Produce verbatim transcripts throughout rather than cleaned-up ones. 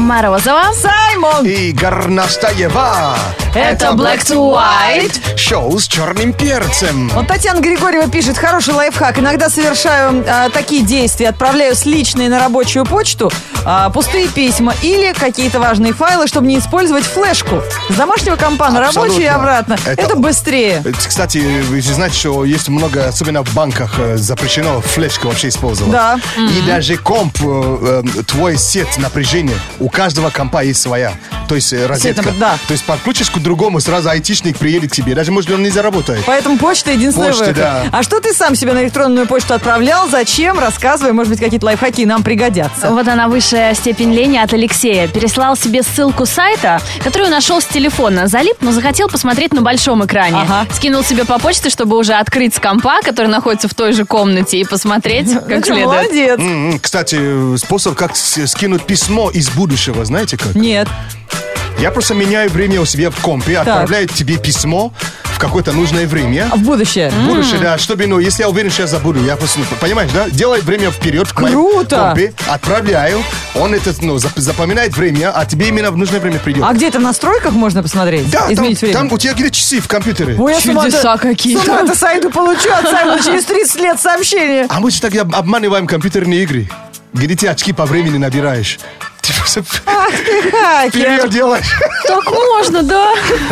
Морозова, Саймон и Горностаева. Это Black to White. Шоу с черным перцем. Вот Татьяна Григорьева пишет: хороший лайфхак. Иногда совершаю а, такие действия. Отправляю с личной на рабочую почту а, пустые письма или какие-то важные файлы, чтобы не использовать флешку. С домашнего компа на рабочую и обратно. Это, Это быстрее. Кстати, вы же знаете, что есть много, особенно в банках, запрещено флешку вообще использовать. Да. И mm-hmm. даже комп, твой сет напряжения, у каждого компа есть своя. То есть розетка. Сет, да. То есть подключишь к другому, сразу айтишник приедет к тебе. Даже, может, он не заработает. Поэтому почта единственный Почта, выход. Да. А что ты сам себе на электронную почту отправлял? Зачем? Рассказывай, может быть, какие-то лайфхаки нам пригодятся. Вот она, высшая степень лени от Алексея. Переслал себе ссылку сайта, которую нашел с телефона. Залип, но захотел посмотреть на большом экране. Ага. Скинул себе по почте, чтобы уже открыть с компа, который находится в той же комнате, и посмотреть как Ну, следует. молодец. М-м, кстати, способ, как скинуть письмо из будущего, знаете как? Нет. Я просто меняю время у себя в компе, Так. отправляю тебе письмо в какое-то нужное время. В будущее. В будущее, да, чтобы, ну, если я уверен, что я забуду, я просто, ну, понимаешь, да, делай время вперед в моем Круто. компе, отправляю, он это, ну, зап- запоминает время, а тебе именно в нужное время придет. А где это в настройках можно посмотреть? Да, там, Изменить время? там у тебя где часы в компьютере. Ой, я Чудеса сама- какие-то. Сама это сайду получу от Саймона через тридцать лет сообщения. А мы же так обманываем компьютерные игры, где ты очки по времени набираешь. Ах ты хакер. Вперед делаешь. Так можно, да?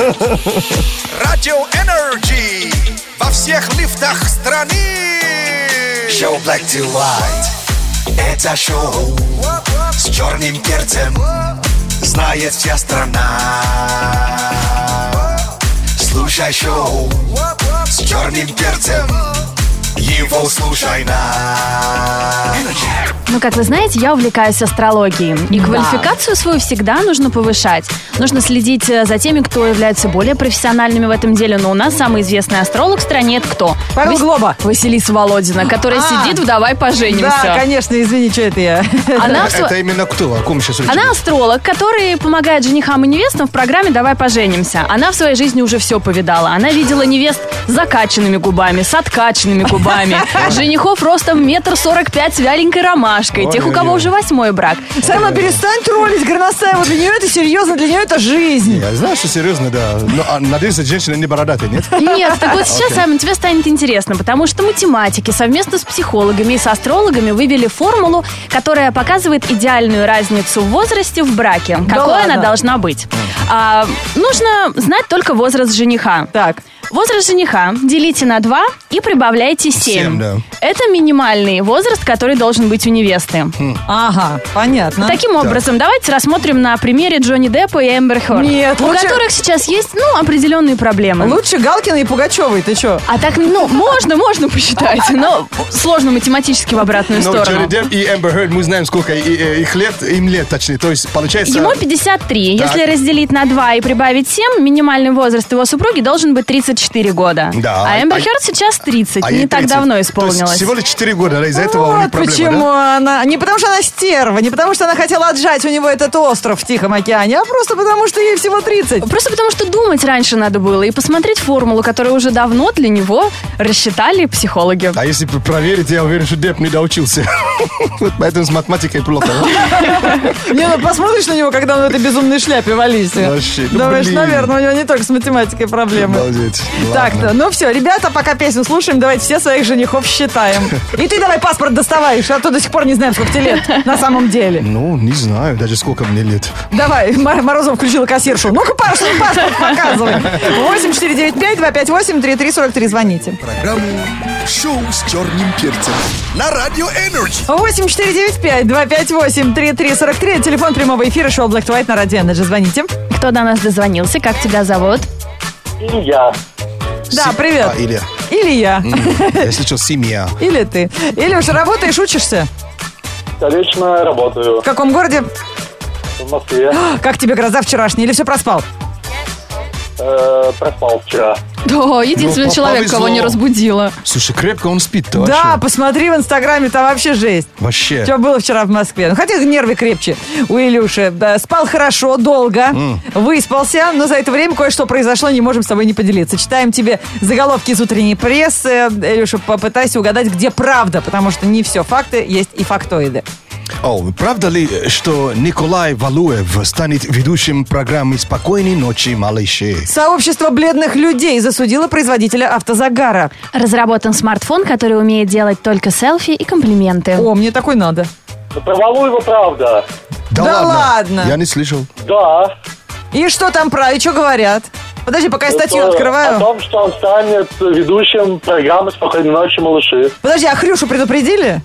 Радио Энерджи во всех лифтах страны. Шоу Black to White. Это шоу с черным перцем. Знает вся страна. Слушай шоу с черным перцем. Его слушай на Energy. Ну, как вы знаете, я увлекаюсь астрологией. И Да. квалификацию свою всегда нужно повышать. Нужно следить за теми, кто является более профессиональными в этом деле. Но у нас самый известный астролог в стране — это кто? Павел Вас- Глоба. Василиса Володина, которая А. сидит в «Давай поженимся». Да, конечно, извини, что это я. Она, в сво- Это именно кто? О ком сейчас речь Она идет? астролог, который помогает женихам и невестам в программе «Давай поженимся». Она в своей жизни уже все повидала. Она видела невест с закачанными губами, с откачанными губами, женихов ростом метр сорок пять с вяленькой ромашкой, тех, у кого Ой-ой-ой. уже восьмой брак. Саймон, перестань троллить Горностаева. Для нее это серьезно, для нее это жизнь. Я знаю, что серьезно, да. Но, а, надеюсь, эта женщина не бородатая, нет? Нет, так вот сейчас, Саймон, тебе станет интересно, потому что математики совместно с психологами и с астрологами вывели формулу, которая показывает идеальную разницу в возрасте в браке. Какой она ладно? должна быть? А, нужно знать только возраст жениха. Так. Возраст жениха делите на два и прибавляйте семь. Семь, да. Это минимальный возраст, который должен быть у невесты. Ага, понятно. Таким образом, давайте рассмотрим на примере Джонни Деппа и Эмбер Хёрд, Нет, у лучше- которых сейчас есть, ну, определенные проблемы. Лучше Галкина и Пугачевой, ты что? А так, ну, можно, можно посчитать, но сложно математически в обратную Но сторону. Джонни Депп и Эмбер Хёрд, мы знаем, сколько и- и- их лет, им лет, точнее. То есть, получается... Ему пятьдесят три. Так. Если разделить на два и прибавить семь, минимальный возраст его супруги должен быть тридцать четыре года. Да. А Эмбер А- Хёрд сейчас тридцать, а не ей так тридцать. давно То есть исполнилось. всего лишь четыре года, да, из-за этого у них Вот проблема, почему да? она... Не потому что она стерва, не потому что она хотела отжать у него этот остров в Тихом океане, а просто потому что ей всего тридцать. Просто потому что думать раньше надо было и посмотреть формулу, которую уже давно для него рассчитали психологи. А если п- проверить, я уверен, что Депп не доучился. Вот поэтому с математикой плохо. да? Не, ну посмотришь на него, когда он в этой безумной шляпе валился. Вообще, ну, Думаешь, блин. наверное, у него не только с математикой проблемы. Обалдеть. Так-то, Ладно. ну все, ребята, пока песню слушаем, давайте все своих женихов считаем. И ты давай паспорт доставай, а то до сих пор не знаем, сколько тебе лет на самом деле. Ну, не знаю, даже сколько мне лет. Давай, М- Морозов включила кассиршу. Ну-ка, Паш, свой паспорт показывай. восемь четыре девять пять два пять восемь три три сорок три, звоните. Программу «Шоу с черным перцем» на Радио Энерджи. восемь четыре девять пять два пять восемь три три сорок три, телефон прямого эфира, шоу Black to White на Радио Energy. Звоните. Кто до нас дозвонился? Как тебя зовут? Илья. Да, Си- привет. А, Илья. Или я, Если что, семья. или ты. Или уж работаешь, учишься? Конечно, работаю В каком городе? в Москве. Как тебе гроза вчерашняя? Или все проспал? Э, проспал вчера. Да, единственный Ну, человек, повезло. кого не разбудила. Слушай, крепко он спит-то Да, вообще. посмотри в Инстаграме, там вообще жесть. Вообще. Что было вчера в Москве? Ну, хотя нервы крепче у Илюши. Да, спал хорошо, долго, выспался, но за это время кое-что произошло, не можем с тобой не поделиться. Читаем тебе заголовки из утренней прессы. Илюша, попытайся угадать, где правда, потому что не все факты, есть и фактоиды. О, правда ли, что Николай Валуев станет ведущим программы «Спокойной ночи, малыши»? Сообщество бледных людей засудило производителя автозагара. Разработан смартфон, который умеет делать только селфи и комплименты. О, мне такой надо. Ну, про Валуева правда. Да, Да ладно? Я не слышал. Да. И что там про, и что говорят? Подожди, пока я статью Это открываю. О том, что он станет ведущим программы «Спокойной ночи, малыши». Подожди, а Хрюшу предупредили?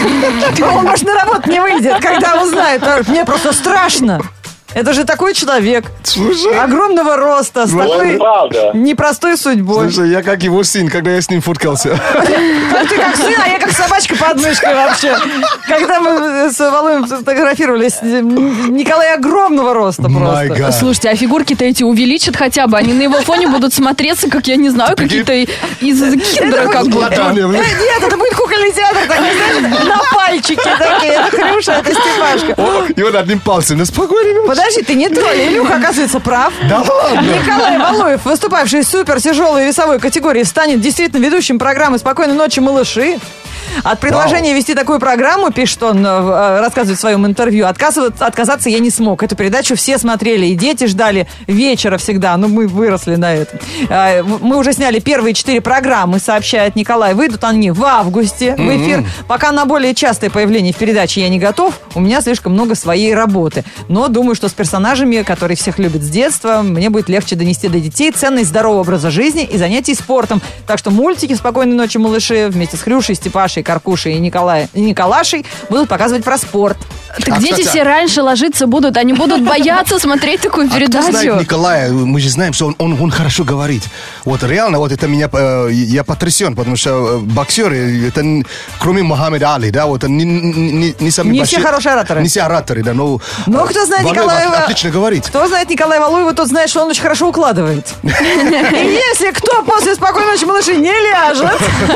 Он, может, на работу не выйдет, когда узнает. Мне просто страшно. Это же такой человек. Слушай, Огромного роста, с Ну, это такой правда. непростой судьбой. слушай, я как его сын, когда я с ним фоткался. А ты как сын, а я как собачка под мышкой вообще. Когда мы с Валуем фотографировались, Николай огромного роста My просто. God. Слушайте, а фигурки-то эти увеличат хотя бы. Они на его фоне будут смотреться, как, я не знаю, какие-то из киндера как будто. Ладони, Э, блин. Нет, это будет кукольный театр, такой, знаешь, на пальчике такие. Это Хрюша, это Степашка. И он одним пальцем. Ну, спокойно. Подожди, ты не тролль. Илюха, оказывается, прав. Да ладно. Николай Валуев, выступавший в супер тяжелой весовой категории, станет действительно ведущим программы «Спокойной ночи, малыши». От предложения вести такую программу, пишет он, э, рассказывает в своем интервью, отказываться, отказаться я не смог. Эту передачу все смотрели, и дети ждали вечера всегда. Ну, мы выросли на этом. Э, мы уже сняли первые четыре программы, сообщает Николай. Выйдут они в августе в эфир. Пока на более частое появление в передаче я не готов. У меня слишком много своей работы. Но думаю, что с персонажами, которые всех любят с детства, мне будет легче донести до детей ценность здорового образа жизни и занятий спортом. Так что мультики «Спокойной ночи, малыши» вместе с Хрюшей, Степашей, Каркушей и, Николай, и Николашей будут показывать про спорт. Так А, дети кстати, все раньше ложиться будут, они будут бояться смотреть такую А кто знает передачу. Николая? Мы же знаем, что он, он, он хорошо говорит. Вот реально, вот это меня, э, я потрясен, потому что э, боксеры, это н- кроме Мухаммеда Али, да, вот не, не, не самые Не большие- все хорошие ораторы. Не все ораторы, да, но... Но кто знает Валуев Николаева... отлично говорит. Кто знает Николая Валуева, тот знает, что он очень хорошо укладывает. И если кто после «Спокойной ночи, малыши» не ляжет...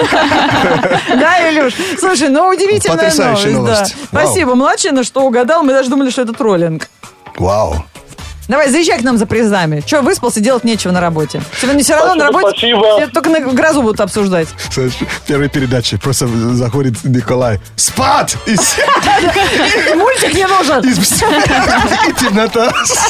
Да, Илюш? Слушай, ну удивительная Потрясающая новость. новость. Да. Вау. Спасибо, младший, на что угадал. Мы даже думали, что это троллинг. Вау. Давай, заезжай к нам за призами. Че, выспался, делать нечего на работе. Сегодня все равно на Спасибо, работе спасибо. все только на грозу будут обсуждать. Знаешь, в первой передаче просто заходит Николай. Спать! И, с- И мультик не нужен. и с- и темнота.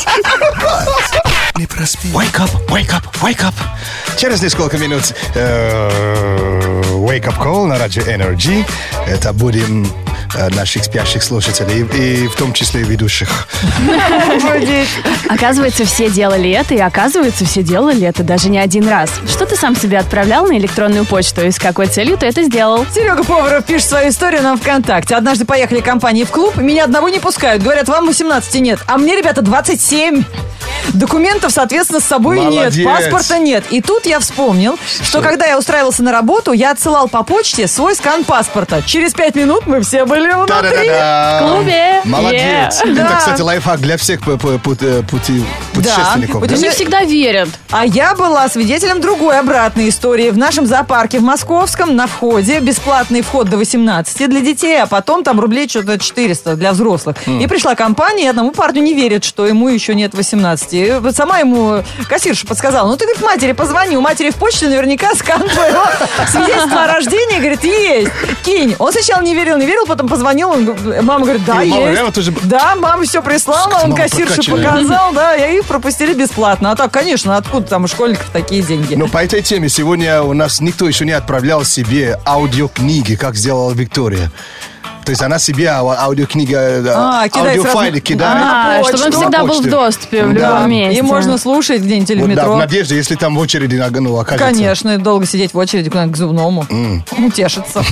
Не проспи. Wake up, wake up, wake up. Через несколько минут э, Wake Up Call на радио Energy. Это будем э, наших спящих слушателей и в том числе и ведущих. Оказывается, все делали это, и оказывается, все делали это даже не один раз. Что ты сам себе отправлял на электронную почту и с какой целью ты это сделал? Серега Поваров пишет свою историю нам ВКонтакте. Однажды поехали компании в клуб, меня одного не пускают. Говорят, вам восемнадцати нет, а мне, ребята, двадцать семь. Документов, соответственно, с собой Молодец. нет, паспорта нет. И тут я вспомнил, что когда я устраивался на работу, я отсылал по почте свой скан паспорта. Через пять минут мы все были внутри. Да-да-да-да. В клубе. Молодец. Yeah. Это, Да. кстати, лайфхак для всех пу- пу- пути- пути- путешественников. Да. да? Не всегда верят. А я была свидетелем другой обратной истории. В нашем зоопарке в Московском на входе беспплатный вход до восемнадцати для детей, а потом там рублей что-то четыреста для взрослых. И пришла компания, и одному парню не верит, что ему еще нет восемнадцати. И вот сама ему кассирша подсказала, ну ты, говорит, матери позвони, у матери в почте наверняка скан твоего свидетельства о рождении, говорит, есть, кинь. Он сначала не верил, не верил, потом позвонил, он, г- мама говорит, да, И мама есть. реально тоже- Да, мама все прислала, Как он мама кассирше прокачанная. показал, да, и их пропустили бесплатно. А так, конечно, откуда там у школьников такие деньги? Но по этой теме сегодня у нас никто еще не отправлял себе аудиокниги, как сделала Виктория. То есть она себе ау- аудиокнига, А, кидает аудиофайлы сразу- кидает. А, почту. чтобы он всегда был в Почту. доступе в Да. любом месте. И можно слушать где-нибудь или в Вот, да, метро. в надежде, если там в очереди ну, окажется. Конечно, и долго сидеть в очереди куда-нибудь к зубному. Утешиться.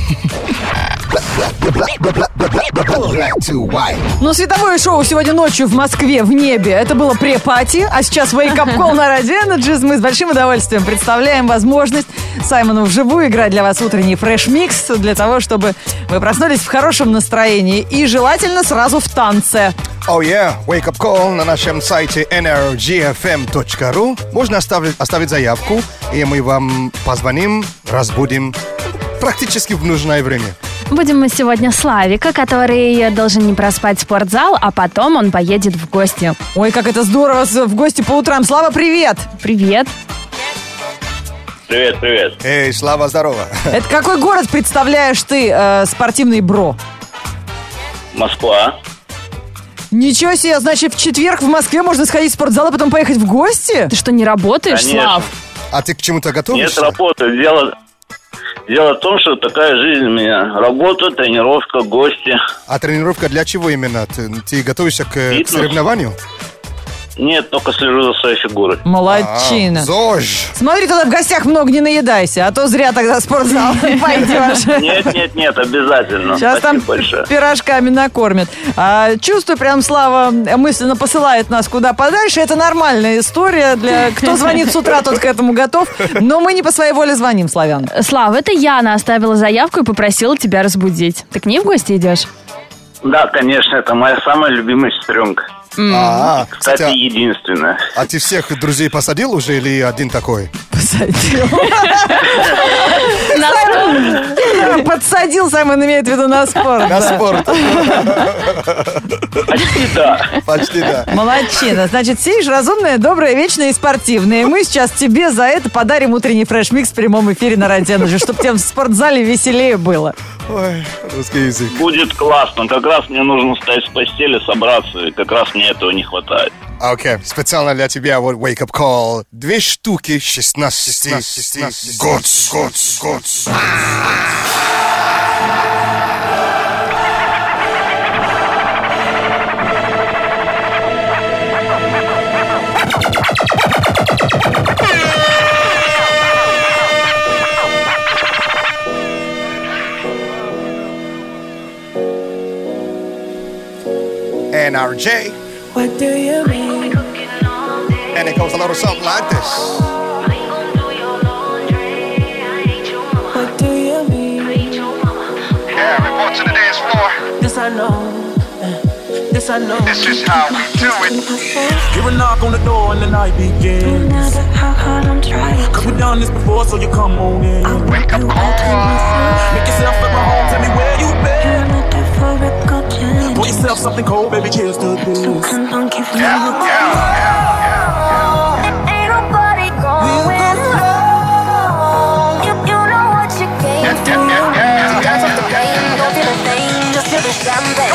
Black to white. Ну, световое шоу сегодня ночью в Москве в небе. Это было пре-пати, а сейчас Wake Up Call на радио Energy. Мы с большим удовольствием представляем возможность Саймону вживую играть для вас утренний фреш-микс для того, чтобы вы проснулись в хорошем настроении и желательно сразу в танце. Oh yeah, Wake Up Call на нашем сайте эн эр джи эф эм точка ру. Можно оставить, оставить заявку, и мы вам позвоним, разбудим практически в нужное время. Будем мы сегодня Славика, который должен не проспать спортзал, а потом он поедет в гости. Ой, как это здорово с- в гости по утрам. Слава, привет! Привет. Привет, привет. Эй, Слава, здорово. Это какой город представляешь ты, э, спортивный бро? Москва. Ничего себе, значит, в четверг в Москве можно сходить в спортзал, а потом поехать в гости? Ты что, не работаешь, Конечно. Слав? А ты к чему-то Нет, готовишься? работаю. Дело, дело в том, что такая жизнь у меня. Работа, тренировка, гости. А тренировка для чего именно? Ты, ты готовишься к, к Фитнес. соревнованию? Нет, только слежу за своей фигурой. Молодчина. А, ЗОЖ. Смотри, туда в гостях много не наедайся, а то зря тогда в спортзал пойдешь. Нет, нет, нет, обязательно. Сейчас там Спасибо большое. пирожками накормят. А, чувствую, прям Слава мысленно посылает нас куда подальше. Это нормальная история. Для кто звонит с утра, тот к этому готов. Но мы не по своей воле звоним, Славян. Слав, это Яна оставила заявку и попросила тебя разбудить. Ты к ней в гости идешь? Да, конечно, это моя самая любимая сестренка. А, Кстати, кстати, единственная. а, а ты всех друзей посадил уже или один такой? Посадил. Подсадил, сам он имеет в виду на спорт. На спорт. Почти да. Почти да. Молодчина. Значит, сидишь разумная, добрая, вечная и спортивная. И мы сейчас тебе за это подарим утренний фреш-микс в прямом эфире на Радио Энерджи, чтобы тебе в спортзале веселее было. Ой, русский язык. Будет классно. Как раз мне нужно встать с постели, собраться. И как раз мне этого не хватает. Окей, специально для тебя вот Wake Up Call. Две штуки, шестнадцать год, год, год. эн ар джей. What do you mean? And it goes a little something like this. What do you mean? Yeah, report to the dance floor. This I know. This I know. This is how we do it. Hear a knock on the door and the night No begins. matter how hard I'm trying, Cause we've done this before, so you come on in. I'll Wake up do call. all to myself. Make yourself at my home, tell me where you been. You're not there for a good chance. Pour yourself something cold, baby, cheers to this. So come on, give me Yeah, a yeah, yeah. Ain't nobody going home. You, you know what you came Yeah, through. yeah, yeah, yeah, Don't feel the yeah, pain, yeah. don't feel a thing, just feel the champagne.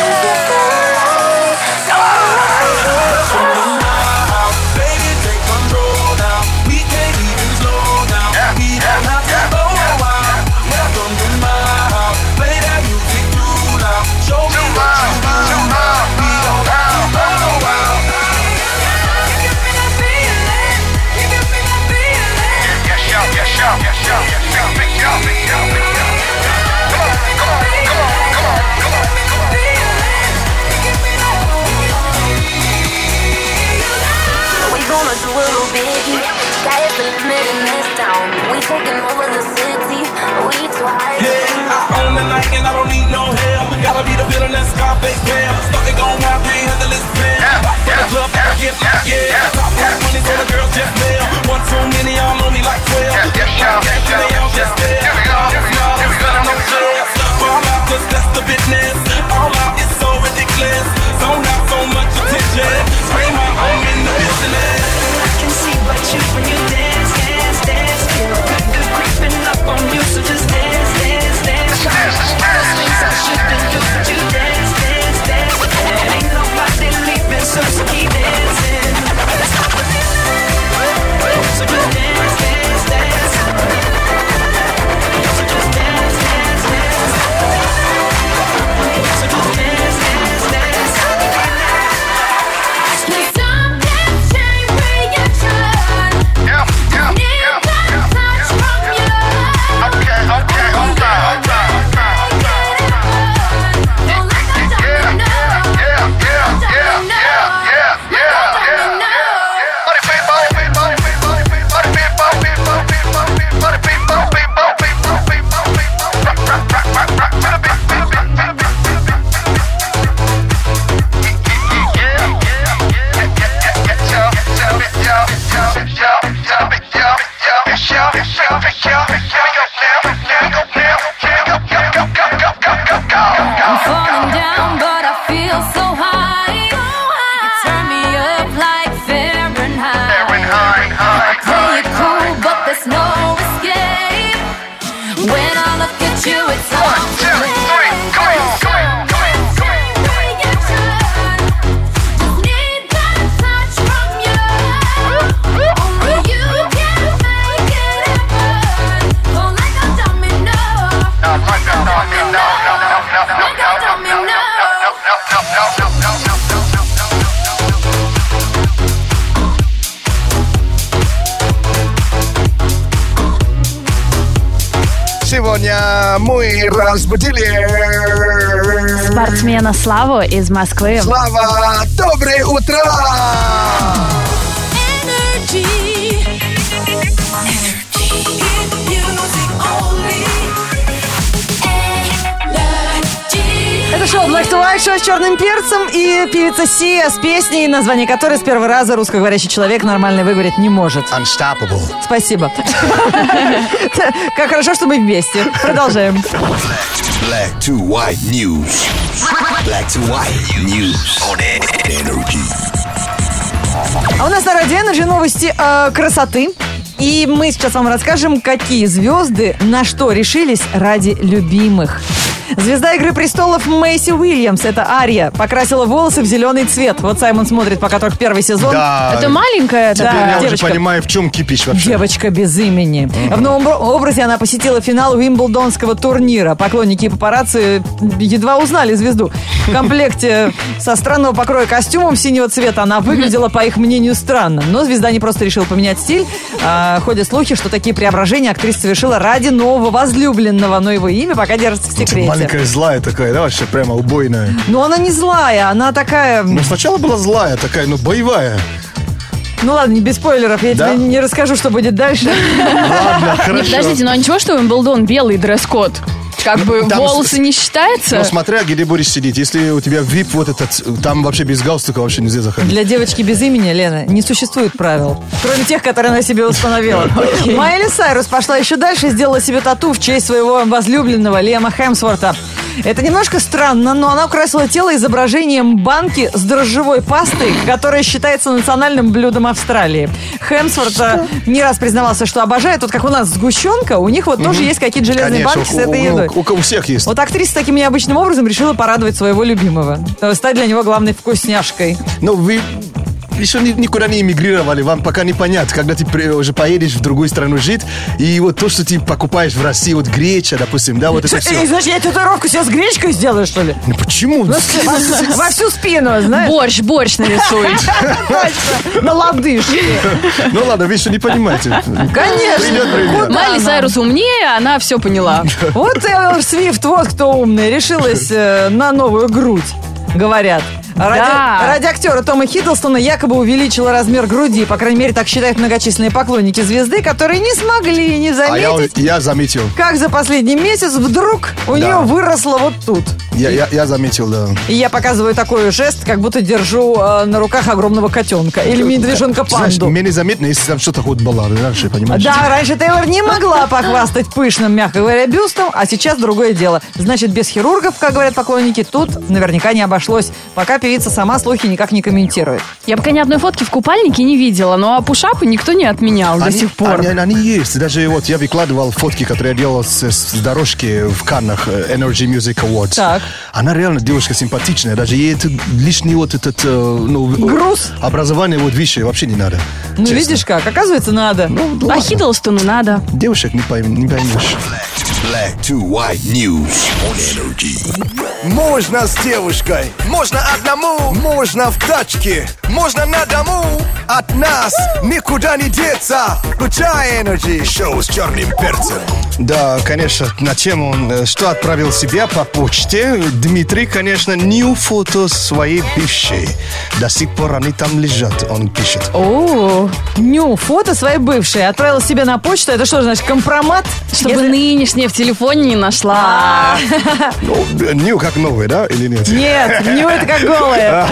Baby, take control now. We can't even slow down. Yeah, We don't yeah, have to yeah, go yeah, a while. Welcome to my house. Play that music too loud. Show me Too what loud, you do. too loud, We don't have to go a while. Yes, yo, yes, yo, yes, yo, yes, yo. Big yo, big yo, big yo. Come on, come on, come on, come on, come on, come on. We gonna do a little biggie. Sky is the limit in this town. We taking over the city. We too high. Yeah, I own the night and I don't need no help. Gotta be the villain that's Scarface Cam. Stuck it gon' have me handle this man. Yeah, From the yeah, club, yeah, I get my yeah, yeah. yeah, Top yeah. black money, so the girls just mail. One too many, y'all know me like twelve. Yeah, yes, yo, yes, yo, yes, yo. Here we go, here we go, here we go, here we go. Fall out, cause that's the business. All out is so ridiculous. Zone out so much attention. Scream my own in the business. I can see what you when you dance, dance, dance. Feel good creeping up on you, so just dance, dance, dance. Dance, dance, dance. Things I shouldn't do, but you dance, dance, dance. Ain't nobody leaving, so just keep dancing. So just dance, dance, dance. So just dance, dance, dance. So just dance, dance, dance. Something change where you turn. Yeah, yeah, yeah, yeah. Touch from you. Okay, okay, hold on, hold on, hold on, hold on. Don't let that Yeah, time know. yeah, yeah, yeah, yeah, yeah, yeah, yeah. Body people, people, people, people, body people, people, people, people, body people, people, people, people, people. Rock, rock, rock, rock, rock, to the beat, beat, beat, beat, beat, beat. Yeah, yeah, yeah, yeah, yeah, yeah, yo, yo, yo, yo, yo, yo, big yo, big yo, big yo, big yo, big yo, big yo. Go now, go now, go, go, go, go, go, go, go, go. I'm falling down, but I feel so high. You turn me up like Fahrenheit. Fahrenheit, I play it cool, but there's no escape. When I look at you, it's One, two, three, come on, come on, come on, come on. Сегодня мы разбудили Спортсмена Славу из Москвы. Слава, доброе утро! Это шоу Black to White, шоу с черным перцем и певица Сия с песней, название которой с первого раза русскоговорящий человек нормально выговорить не может. Unstoppable. Спасибо. Как хорошо, что мы вместе. Продолжаем. Black to White News. Black to White News on Energy. А у нас на Радио Energy новости э, красоты. И мы сейчас вам расскажем, какие звезды на что решились ради любимых. Звезда «Игры престолов» Мэйси Уильямс, это Ария, покрасила волосы в зеленый цвет. Вот Саймон смотрит пока только первый сезон. Да. Это маленькая, Теперь да. я девочка. уже понимаю, в чем кипиш вообще. Девочка без имени. В новом образе она посетила финал Уимблдонского турнира. Поклонники и папарацци едва узнали звезду. В комплекте со странного покроя костюмом синего цвета она выглядела, по их мнению, странно. Но звезда не просто решила поменять стиль. А, ходят слухи, что такие преображения актриса совершила ради нового возлюбленного. Но его имя пока держится в секрете. Маленькая злая такая, да, вообще прямо убойная. Но она не злая, она такая... Ну, сначала была злая такая, ну, боевая. Ну ладно, не без спойлеров, я Да? тебе не расскажу, что будет дальше. Ладно, хорошо. Не, подождите, ну а ничего, что Уимблдон белый дресс-код? Как бы Там волосы с- не считается? Ну, смотря где будешь сидеть. Если у тебя вип вот этот, там вообще без галстука вообще нельзя заходить. Для девочки без имени, Лена, не существует правил. Кроме тех, которые она себе установила. Майли Сайрус пошла еще дальше и сделала себе тату в честь своего возлюбленного Лиама Хемсворта. Это немножко странно, но она украсила тело изображением банки с дрожжевой пастой, которая считается национальным блюдом Австралии. Хемсворт э, не раз признавался, что обожает. Вот как у нас сгущенка, у них вот тоже есть какие-то железные Конечно, банки с у- этой у- едой. у, у всех есть. Вот актриса таким необычным образом решила порадовать своего любимого. Стать для него главной вкусняшкой. Ну, вы еще ни- никуда не эмигрировали, вам пока не понятно, когда ты при- уже поедешь в другую страну жить, и вот то, что ты покупаешь в России, вот греча, допустим, да, вот это Эй, все. значит, я татуировку себе с гречкой сделаю, что ли? Ну почему? Ну, с- Во всю спину, знаешь? Борщ, борщ нарисуй. Точно, на лодыжке. Ну ладно, вы еще не понимаете. Конечно. Придет время. Майли Сайрус умнее, она все поняла. Вот Тейлор Свифт, вот кто умный, решилась э, на новую грудь, говорят. Ради, Да. ради актера Тома Хиддлстона якобы увеличила размер груди. По крайней мере, так считают многочисленные поклонники звезды, которые не смогли не А я, заметить, я заметил. как за последний месяц вдруг у Да. нее выросло вот тут. Я, я, я заметил, да. И я показываю такой жест, как будто держу э, на руках огромного котенка или медвежонка Знаешь, панду. мне незаметно, если там что-то хоть было раньше, понимаешь? Да, раньше Тейлор не могла похвастать пышным, мягко говоря, бюстом, а сейчас другое дело. Значит, без хирургов, как говорят поклонники, тут наверняка не обошлось. Пока певица сама слухи никак не комментирует. Я пока ни одной фотки в купальнике не видела, но пушапы никто не отменял до Они- сих пор. Они, они есть. Даже вот я выкладывал фотки, которые я делал с, с дорожки в Каннах э, Energy Music Awards. Так. Она реально девушка симпатичная. Даже ей это, лишний вот этот... э, ну, Груз? Образование вот выше вообще не надо. Ну, честно. видишь как, оказывается, надо. Ну, А ладно. Хиддлстону надо. Девушек не, пойм- не поймешь. Black to White News on Energy. Можно с девушкой, можно одному, можно в тачке, можно на дому. От нас никуда не деться. Включай Energy. Шоу с черным перцем. Да, конечно, на тему, э, что отправил себя по почте, Дмитрий, конечно, нью фото своей бывшей. До сих пор они там лежат, он пишет. О, Ню, фото своей бывшей отправила себе на почту. Это что, значит, компромат? чтобы Если- нынешняя в телефоне не нашла. Ну, э, нью как новый, да, или нет? Нет, Ню это как голая.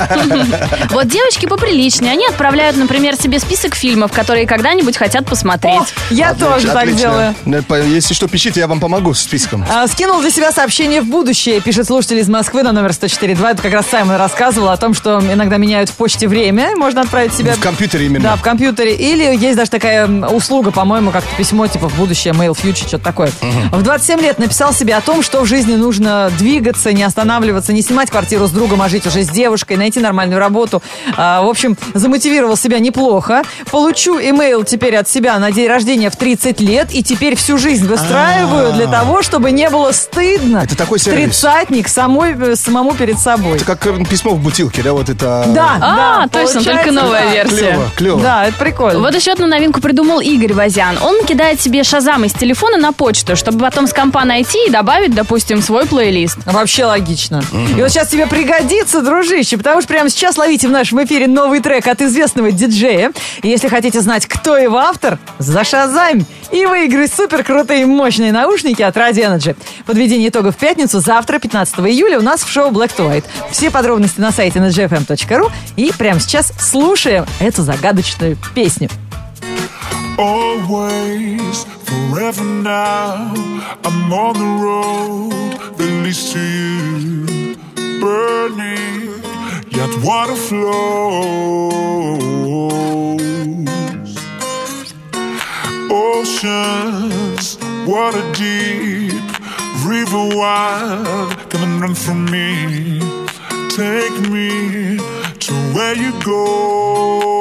Вот девочки поприличнее. Они отправляют, например, себе список фильмов, которые когда-нибудь хотят посмотреть. Я Отлично, тоже так отлично. делаю. Ну, по- Если что, пишите, я вам помогу с списком. А, Скинул для себя сообщение в будущее, пишет слушатель из Москвы на номер сто четыре два. Это как раз Саймон рассказывал о том, что иногда меняют в почте время. Можно отправить себе... В компьютере именно. Да, в компьютере. Или есть даже такая м, услуга, по-моему, как-то письмо, типа в будущее, mail future, что-то такое. В двадцать семь лет написал себе о том, что в жизни нужно двигаться, не останавливаться, не снимать квартиру с другом, а жить уже с девушкой, найти нормальную работу. А, в общем, замотивировал себя неплохо. Получу имейл теперь от себя на день рождения в тридцать лет, и теперь всю жизнь жизнь выстраиваю для того, чтобы не было стыдно. Это такой сервис. Тридцатник самой, самому перед собой. Это как э, письмо в бутылке, да, вот это... Да, А, да, точно, получается, только новая да. версия. Клево, клево. Да, это прикольно. Вот еще одну новинку придумал Игорь Возян. Он кидает себе шазам из телефона на почту, чтобы потом с компа найти и добавить, допустим, свой плейлист. Вообще логично. И вот сейчас тебе пригодится, дружище, потому что прямо сейчас ловите в нашем эфире новый трек от известного диджея. И если хотите знать, кто его автор, зашазамь и выиграй супер крутые мощные наушники от Radio Energy. Подведение итогов в пятницу, завтра, пятнадцатого июля, у нас в шоу Black to White. Все подробности на сайте энерджи эф эм точка ру. И прямо сейчас слушаем эту загадочную песню. Always, forever now, I'm on the road that leads to you. Burning, yet water flows. Oceans, water deep, river wide, come and run from me. Take me to where you go.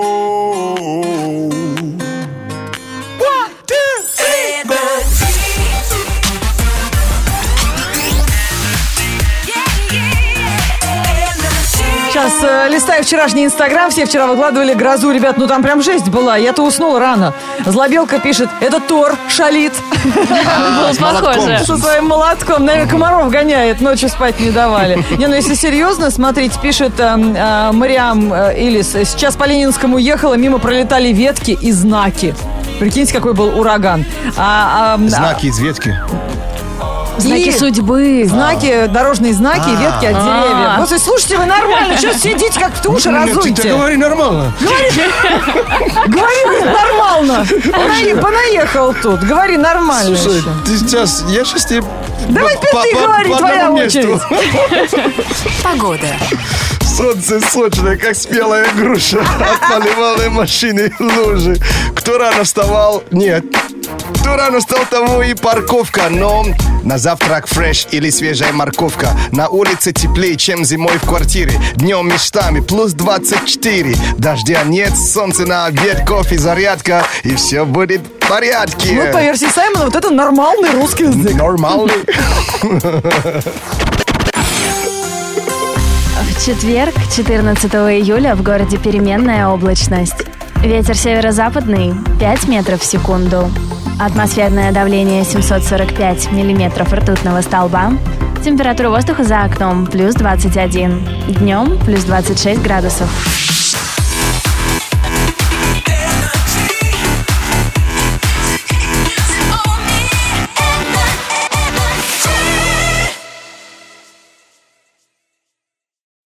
Сейчас э, листаю вчерашний Инстаграм, все вчера выкладывали грозу, ребят, ну там прям жесть была, я-то уснула рано. Злобелка пишет, это Тор шалит. Было похоже. Со своим молотком, наверное, комаров гоняет, ночью спать не давали. Не, ну если серьезно, смотрите, пишет э, э, Мариам э, Илис, сейчас по Ленинскому ехала, мимо пролетали ветки и знаки. Прикиньте, какой был ураган. А, а, Знаки из ветки. Знаки И судьбы. Знаки, дорожные знаки, А. ветки от деревьев. Господи, слушайте, вы нормально, что сидите, как уши Нет, ты разуйте? говори нормально. Говори, говорит, нормально. Пона- Понаехал тут, говори нормально. Слушай, еще. ты сейчас, я сейчас тебе... Давай по- ты по- говори, по твоя одному месту. очередь. Погода. Солнце сочное, как спелая груша. От поливалой машины лужи. Кто рано вставал? Нет. Кто рано встал, тому и парковка. Но на завтрак фреш или свежая морковка. На улице теплее, чем зимой в квартире. Днем мечтами плюс двадцать четыре. Дождя нет, солнце на обед, кофе, зарядка. И все будет в порядке. Ну, по версии Саймона, вот это нормальный русский язык. Нормальный. В четверг, четырнадцатого июля, в городе переменная облачность. Ветер северо-западный пять метров в секунду. Атмосферное давление семьсот сорок пять миллиметров ртутного столба. Температура воздуха за окном плюс двадцать один. Днем плюс двадцать шесть градусов.